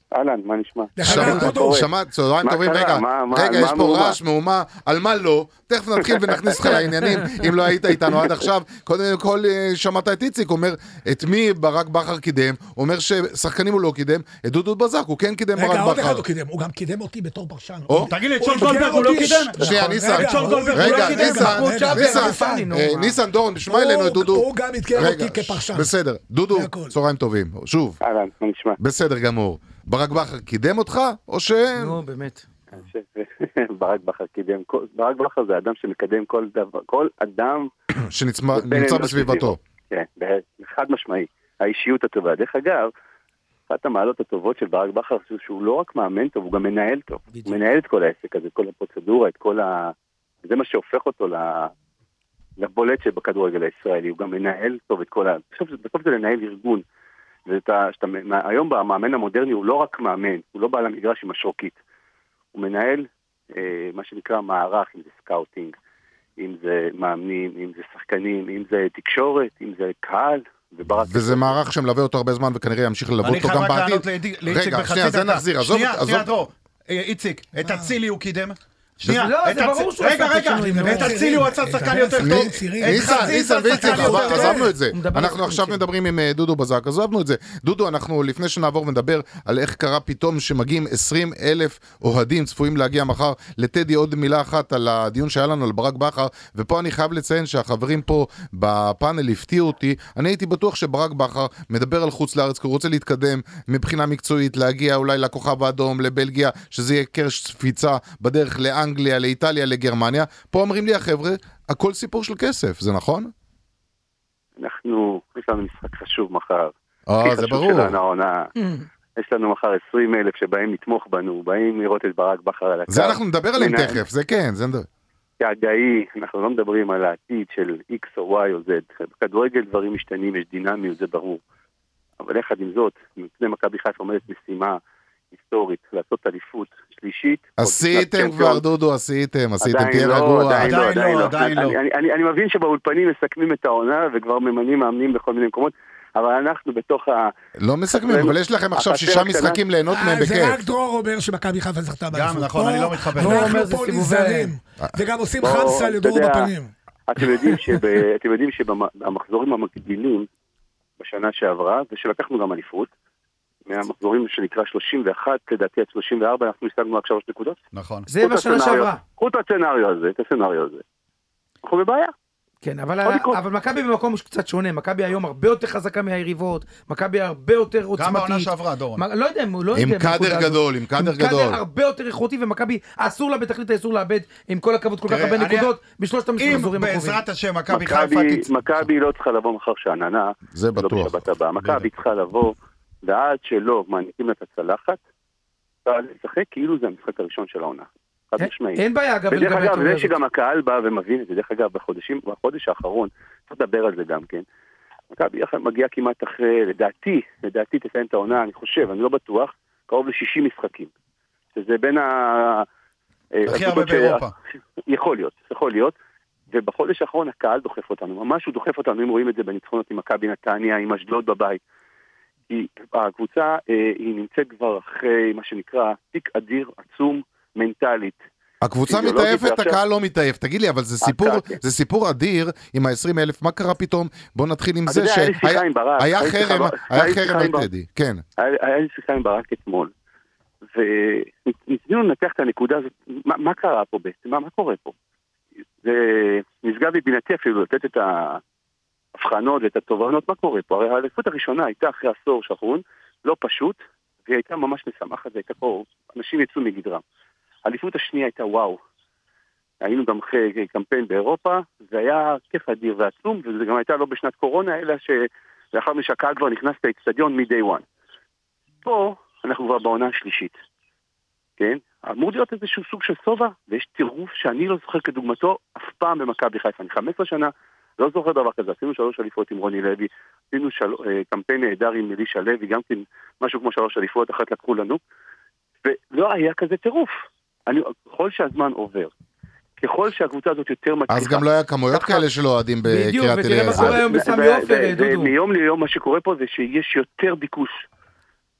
אהלן, מה נשמע? שמעת, צהריים טובים, רגע, יש פה רעש מהומה, על מה לא? תכף נתחיל ונכניס לך לעניינים, אם לא היית איתנו עד עכשיו. קודם כל שמעת את איציק, אומר, את מי ברק בכר קידם, אומר ששחקנים הוא לא קידם, את דודו בזק, הוא כן קידם ברק בכר. רגע, עוד אחד לא קידם, הוא גם קידם אותי בתור פרשן. תגיד לי, את שול גולדברג הוא לא קידם? שנייה, ניסן דורון, נשמע אלינו את דודו. הוא גם התקרב אותי כפרשן. בסדר, דודו, צהריים טובים, שוב. אהלן, מה נשמע? בסדר גמור. ברק בכר קידם אותך, או ש... נו, באמת. ברק בכר קידם, ברק בכר זה אדם שמקדם כל אדם שנמצא בסביבתו. כן, חד משמעי. האישיות הטובה. דרך אגב, אחת המעלות הטובות של ברק בכר, שהוא לא רק מאמן טוב, הוא גם מנהל טוב. הוא מנהל את כל העסק הזה, את כל הפרוצדורה, את כל זה מה שהופך אותו לבולט שבכדורגל הישראלי. הוא גם מנהל טוב את כל בסוף זה לנהל ארגון. היום במאמן המודרני הוא לא רק מאמן, הוא לא בא למגרש עם השרוקית. הוא מנהל מה שנקרא מערך, אם זה סקאוטינג, אם זה מאמנים, אם זה שחקנים, אם זה תקשורת, אם זה קהל. וזה מערך שמלווה אותו הרבה זמן וכנראה ימשיך ללוות אותו גם בעתיד. רגע, שנייה, זה נחזיר. שנייה, דרור. איציק, את הצילי הוא קידם? שנייה, זה ברור שהוא רגע, את הצילי הוא עצר שחקן יותר טוב. ניסן ואיציק, עזבנו את זה. אנחנו עכשיו מדברים עם דודו בזק, עזבנו את זה. דודו, אנחנו לפני שנעבור ונדבר על איך קרה פתאום שמגיעים 20,000 אוהדים צפויים להגיע מחר לטדי. עוד מילה אחת על הדיון שהיה לנו על ברק בכר, ופה אני חייב לציין שהחברים פה בפאנל הפתיעו אותי. אני הייתי בטוח שברק בכר מדבר על חוץ לארץ, כי הוא רוצה להתקדם מבחינה מקצועית, להגיע אולי לכוכב האדום, לבלגיה, שזה יהיה קרש קפיצה בדרך לאנגליה, לאיטליה, לגרמניה. פה אומרים לי החבר'ה, הכל סיפור של כסף, זה נכון? יש לנו משחק חשוב מחר. זה ברור. יש לנו מחר 20,000 שבאים לתמוך בנו, באים לראות את ברק בכר על הקו. זה אנחנו נדבר עליהם תכף, זה כן, זה נדבר. כהגאי, אנחנו לא מדברים על העתיד של X או Y או Z. בכדורגל דברים משתנים, יש דינמיות, זה ברור. אבל יחד עם זאת, מפני מכבי חיפה עומדת משימה היסטורית, לעשות אליפות שלישית. עשיתם כבר דודו, עשיתם, תהיה רגוע. עדיין לא. אני מבין שבאולפנים מסכמים את העונה וכבר ממנים מאמנים בכל מיני מקומות, אבל אנחנו בתוך לא מסכמים, אבל יש לכם עכשיו 6 משחקים ליהנות מהם בכיף. זה רק דרור אומר שמכבי חיפה זכתה באליפות. גם נכון, אני לא מתחבר. אנחנו פה נזהרים, וגם עושים חמסה לדרור בפנים. אתם יודעים שבמחזורים המקבילים בשנה שעברה, ושלקחנו גם אליפות, מהמחזורים שנקרא 31, לדעתי עד 34, אנחנו השגנו רק 3 נקודות. נכון. זה בשנה שעברה. קחו את הסצנריו הזה. אנחנו בבעיה. כן, אבל מכבי במקום קצת שונה. מכבי היום הרבה יותר חזקה מהיריבות, מכבי הרבה יותר עוצמתית. גם בעונה שעברה, דורון. לא יודע, עם קאדר גדול, עם קאדר הרבה יותר איכותי, ומכבי אסור לה בתכלית האסור לאבד, עם כל הכבוד כל כך הרבה נקודות, בשלושת המחזורים הקרובים. אם בעזרת השם מכבי חיפה מכבי לא צריכה לבוא מחר שעננה, זה בטוח. מכבי צריכה לבוא, ועד שלא מעניקים לה את הצלחת, לשחק כאילו זה המשחק הראשון של העונה. אין בעיה, אגב, ודרך אגב, זה שגם הקהל בא ומבין את זה, דרך אגב, בחודש האחרון, צריך לדבר על זה גם, כן? מכבי מגיע כמעט אחרי, לדעתי תסיים את העונה, אני חושב, אני לא בטוח, קרוב ל-60 משחקים. שזה בין הכי הרבה באירופה. יכול להיות, ובחודש האחרון הקהל דוחף אותנו, ממש הוא דוחף אותנו, אם רואים את זה בניצחונות עם מכבי נתניה, עם אשדוד בבית. כי הקבוצה היא נמצאת כבר אחרי מה שנקרא תיק אדיר, עצום, מנטלית. הקבוצה מתעייפת, הקהל לא מתעייף. תגיד לי, אבל זה סיפור אדיר עם ה-20,000, מה קרה פתאום? בוא נתחיל עם זה שהיה חרם על טדי. כן. היה לי שיחה עם ברק אתמול, וניסינו לנתח את הנקודה הזאת, מה קרה פה בעצם? מה קורה פה? זה נשגב בבינתי אפילו לתת את ההבחנות ואת התובנות, מה קורה פה? הרי האליפות הראשונה הייתה אחרי עשור שחרון, לא פשוט, והיא הייתה ממש משמחת, הייתה פה, אנשים יצאו מגדרם. האליפות השנייה הייתה וואו. היינו גם אחרי קמפיין באירופה, זה היה כיף אדיר ועצום, וזה גם הייתה לא בשנת קורונה, אלא שלאחר משקה כבר נכנס את האצטדיון מ-day one. פה אנחנו כבר בעונה השלישית. כן? אמור להיות איזשהו סוג של סובה, ויש טירוף שאני לא זוכר כדוגמתו אף פעם במכבי חיפה. אני 15 שנה לא זוכר דבר כזה. עשינו 3 אליפות עם רוני לוי, עשינו קמפיין נהדר עם אלישע לוי, גם כן משהו כמו 3 אליפות, אחת לקחו לנו, ולא היה כזה טירוף. ככל שהזמן עובר, ככל שהקבוצה הזאת יותר מצליחה... אז גם לא היה כמויות כאלה שלא אוהדים בקריית אליעזר. בדיוק, ותראה מה קורה היום בסמי עופר, דודו. מיום ליום מה שקורה פה זה שיש יותר ביקוש.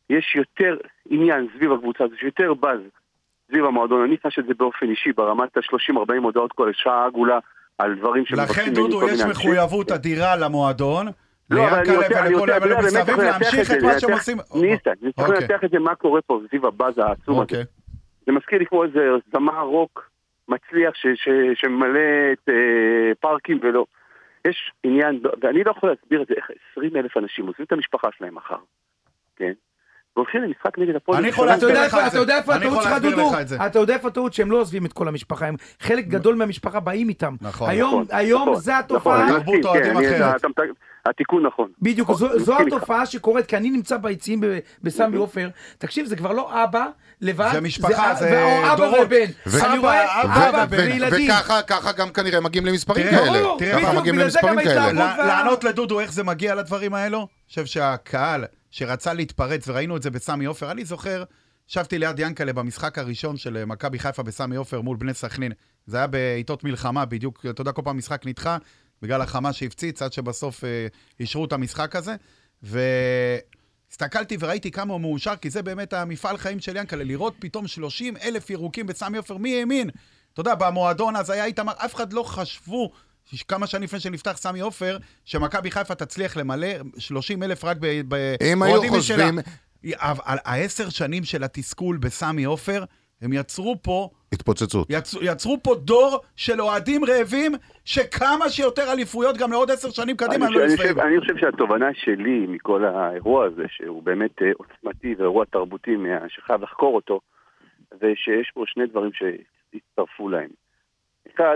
יש יותר עניין סביב הקבוצה, יש יותר בז סביב המועדון. אני חש את זה באופן אישי, ברמת ה-30-40 הודעות כל שעה עגולה על דברים שמבקשים. לכן דודו יש מחויבות אדירה למועדון, לא, אבל אני ולכל אלה מסביב להמשיך את מה שהם עושים. ניסה, אני צריך לנתח את זה, מה קורה פה סביב הבאז העצום הזה. זה מזכיר לי כמו איזה זמר רוק מצליח שממלא את פארקים ולא. יש עניין, ואני לא יכול להסביר את זה, איך 20,000 אנשים עושים את המשפחה שלהם מחר. כן? והולכים למשחק נגד הפועל. אני יכול להסביר לך את זה. אתה יודע איפה הטעות שלך, דודו? אתה יודע איפה הטעות שהם לא עוזבים את כל המשפחה, הם חלק גדול מהמשפחה באים איתם. היום זה התופעה. תרבות אוהדים אחרת. התיקון נכון. בדיוק, זו התופעה שקורית, כי אני נמצא ביציעים בסמי עופר, תקשיב, זה כבר לא אבא לבד, זה משפחה, זה אבא ובן. אני רואה אבא וילדים. וככה גם כנראה מגיעים למספרים כאלה. ככה מגיעים למספרים כאלה. לענות לדודו איך זה מגיע לדברים האלו? אני חושב שהקהל שרצה להתפרץ, וראינו את זה בסמי עופר, אני זוכר, שבתי ליד ינקלה במשחק הראשון של מכבי חיפה בסמי עופר מול בני סכנין. זה היה בעיתות מלחמה, בדיוק, אתה יודע, כל פעם משחק נדחה, בגלל החמה שהפציץ, עד שבסוף אישרו את המשחק הזה, והסתכלתי וראיתי כמה הוא מאושר, כי זה באמת המפעל חיים של ינקלה, לראות פתאום 30,000 ירוקים בסמי עופר, מי האמין? אתה יודע, במועדון אז היה איתמר, אף אחד לא חשבו, כמה שנים לפני שנפתח סמי עופר, שמכבי חיפה תצליח למלא 30,000 רק באוהדים משלה. על 10 שנים של התסכול בסמי עופר, הם יצרו פה התפוצצות. יצרו פה דור של אוהדים רעבים, שכמה שיותר אליפויות גם לעוד 10 שנים קדימה הם לא יספייבו. אני חושב שהתובנה שלי מכל האירוע הזה, שהוא באמת עוצמתי ואירוע תרבותי שחייב לחקור אותו, זה שיש פה שני דברים שהצטרפו להם. אחד,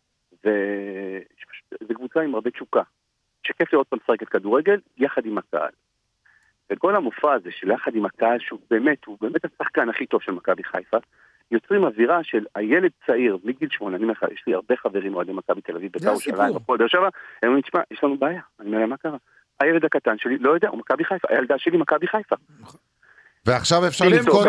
זה קבוצה עם הרבה תשוקה, שכיף לראות פעם משחקת כדורגל יחד עם הקהל. וכל המופע הזה של יחד עם הקהל, שהוא באמת השחקן הכי טוב של מכבי חיפה, יוצרים אווירה של הילד צעיר, מגיל 8, יש לי הרבה חברים אוהדי מכבי תל אביב, בית"ר ירושלים, הפועל באר שבע, הם אומרים, תשמע, יש לנו בעיה, אני אומר, מה קרה? הילד הקטן שלי, לא יודע, הוא מכבי חיפה, הילדה שלי מכבי חיפה. ועכשיו אפשר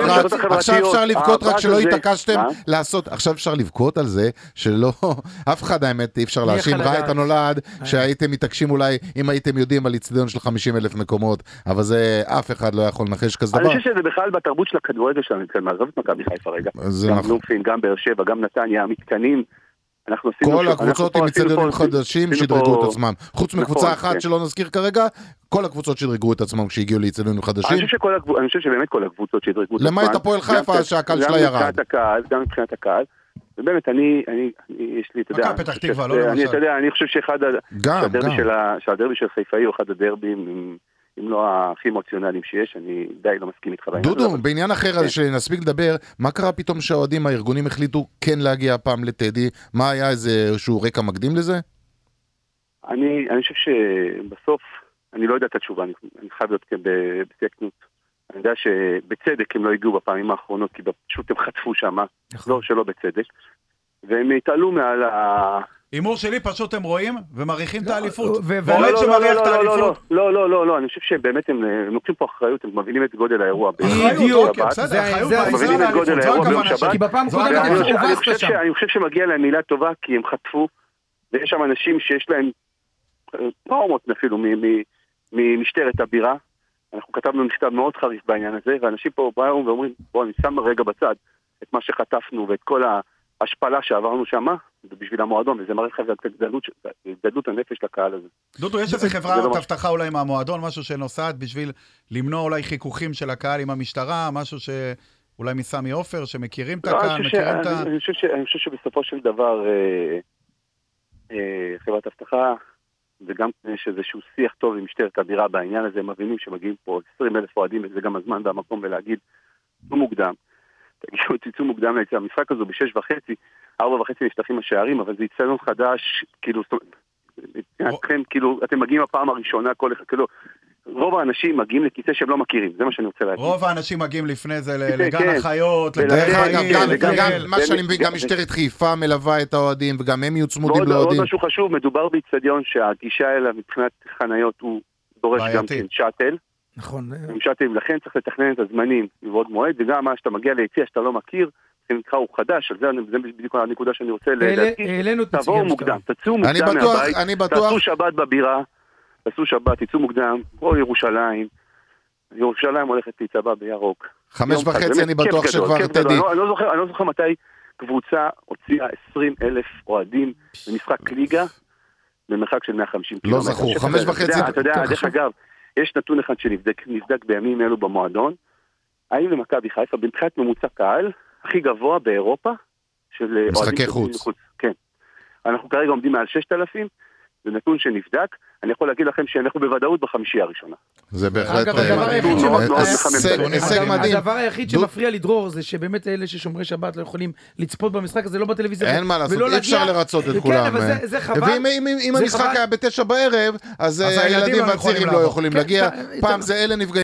לבכות רק שלא התעקשתם לעשות, עכשיו אפשר לבכות על זה שלא, אף אחד האמת אי אפשר להאשים רע את הנולד, שהייתם מתעקשים אולי, אם הייתם יודעים על אצטדיון של 50,000 מקומות, אבל זה אף אחד לא יכול לנחש כזה דבר. אני חושב שזה בכלל בתרבות של הכדורגל שלנו, מעזוב את מכבי חיפה רגע, גם נופין, גם באר שבע, גם נתניה, המתקנים, כל הקבוצות עם אצטדיונים חדשים שדרגו את עצמם. חוץ מקבוצה אחת שלא נזכיר כרגע, כל הקבוצות שדרגו את עצמם כשהגיעו לאצטדיונים חדשים. אני חושב שבאמת כל הקבוצות שדרגו את עצמם. למעט הפועל חיפה שהקהל שלה ירד. גם מבחינת הקהל. ובאמת, יש לי, אתה יודע, פתח תקווה, לא למשל. אני חושב שאחד שהדרבי של חיפאי הוא אחד הדרבים אם לא הכי אמוציונליים שיש, אני די לא מסכים איתך. דודו, בעניין אחר שנספיק לדבר, מה קרה פתאום שהאוהדים, הארגונים החליטו כן להגיע הפעם לטדי? מה היה איזשהו רקע מקדים לזה? אני חושב שבסוף, אני לא יודע את התשובה, אני חייב להיות בסקנות. אני יודע שבצדק הם לא הגיעו בפעמים האחרונות, כי פשוט הם חטפו שם, לא שלא בצדק, והם התעלו מעל אימור שלי פשוט הם רואים ומעריכים את האליפות. ועומד שמעריך את האליפות. לא, אני חושב שבאמת הם לוקחים פה אחריות, הם מבינים את גודל האירוע. אחריות, בסדר, אחריות מבינים את גודל האירוע ביום שבת. כי בפעם קודם הובסת שם. אני חושב שמגיע להם מילה טובה, כי הם חטפו, ויש שם אנשים שיש להם טראומות אפילו ממשטרת הבירה. אנחנו כתבנו מכתב מאוד חריף בעניין הזה, ואנשים פה באו ואומרים, בואו, אני שם רגע בצד את מה שחטפנו ואת כל ההשפלה שעברנו שם, בשביל המועדון, וזה מראה לך גדלות הנפש לקהל הזה. דודו, יש איזה חברה תבטחה אולי מהמועדון, משהו שנוסעת בשביל למנוע אולי חיכוכים של הקהל עם המשטרה, משהו שאולי מסמי עופר, שמכירים את הקהל, מכירים את ה... אני חושב שבסופו של דבר, חברת תבטחה, וגם יש איזשהו שיח טוב עם משטרת הבירה בעניין הזה, הם מבינים שמגיעים פה 20,000 אוהדים, וזה גם הזמן והמקום ולהגיד, לא מוקדם. תגידו, תצאו מוקדם ליצא המשחק הזו ב6:30, 4:30 נפתחים השערים, אבל זה יצאנו חדש, כאילו, אתם מגיעים הפעם הראשונה, כאילו, רוב האנשים מגיעים לכיסא שהם לא מכירים, זה מה שאני רוצה להגיד. רוב האנשים מגיעים לפני זה לגן החיות, גם מה שאני מבין, גם משטרת חיפה מלווה את האוהדים, וגם הם יהיו צמודים לאוהדים. עוד משהו חשוב, מדובר באצטדיון שהגישה אליו מבחינת חניות הוא דורש גם כן שאטל. נכון. לכן צריך לתכנן את הזמנים מבעוד מועד, וגם מה שאתה מגיע ליציע שאתה לא מכיר, זה נקרא הוא חדש, זה בדיוק הנקודה שאני רוצה להדגיש. תבואו מוקדם, תצאו מוקדם מהבית, תעשו שבת בבירה, תעשו שבת, תצאו מוקדם, או ירושלים, ירושלים הולכת להיצבע בירוק. 5:30 אני בטוח שכבר תדעי. אני לא זוכר מתי קבוצה הוציאה 20,000 אוהדים במשחק ליגה, במרחק של 150 קילומטר. לא זכור, 5:30. אתה יודע, דרך אגב, יש נתון אחד שנבדק בימים אלו במועדון, האם למכבי חיפה, מבחינת ממוצע קהל, הכי גבוה באירופה, של משחקי חוץ. כן. אנחנו כרגע עומדים מעל 6,000, זה נתון שנבדק, אני יכול להגיד לכם שאנחנו בוודאות בחמישייה הראשונה. זה בהחלט הישג מדהים. הדבר היחיד שמפריע לדרור זה שבאמת אלה ששומרי שבת לא יכולים לצפות במשחק הזה, לא בטלוויזיה. אין מה לעשות, אי אפשר לרצות את כולם. ואם המשחק היה ב9 בערב, אז הילדים והצעירים לא יכולים להגיע, פעם זה אלה נפגעים.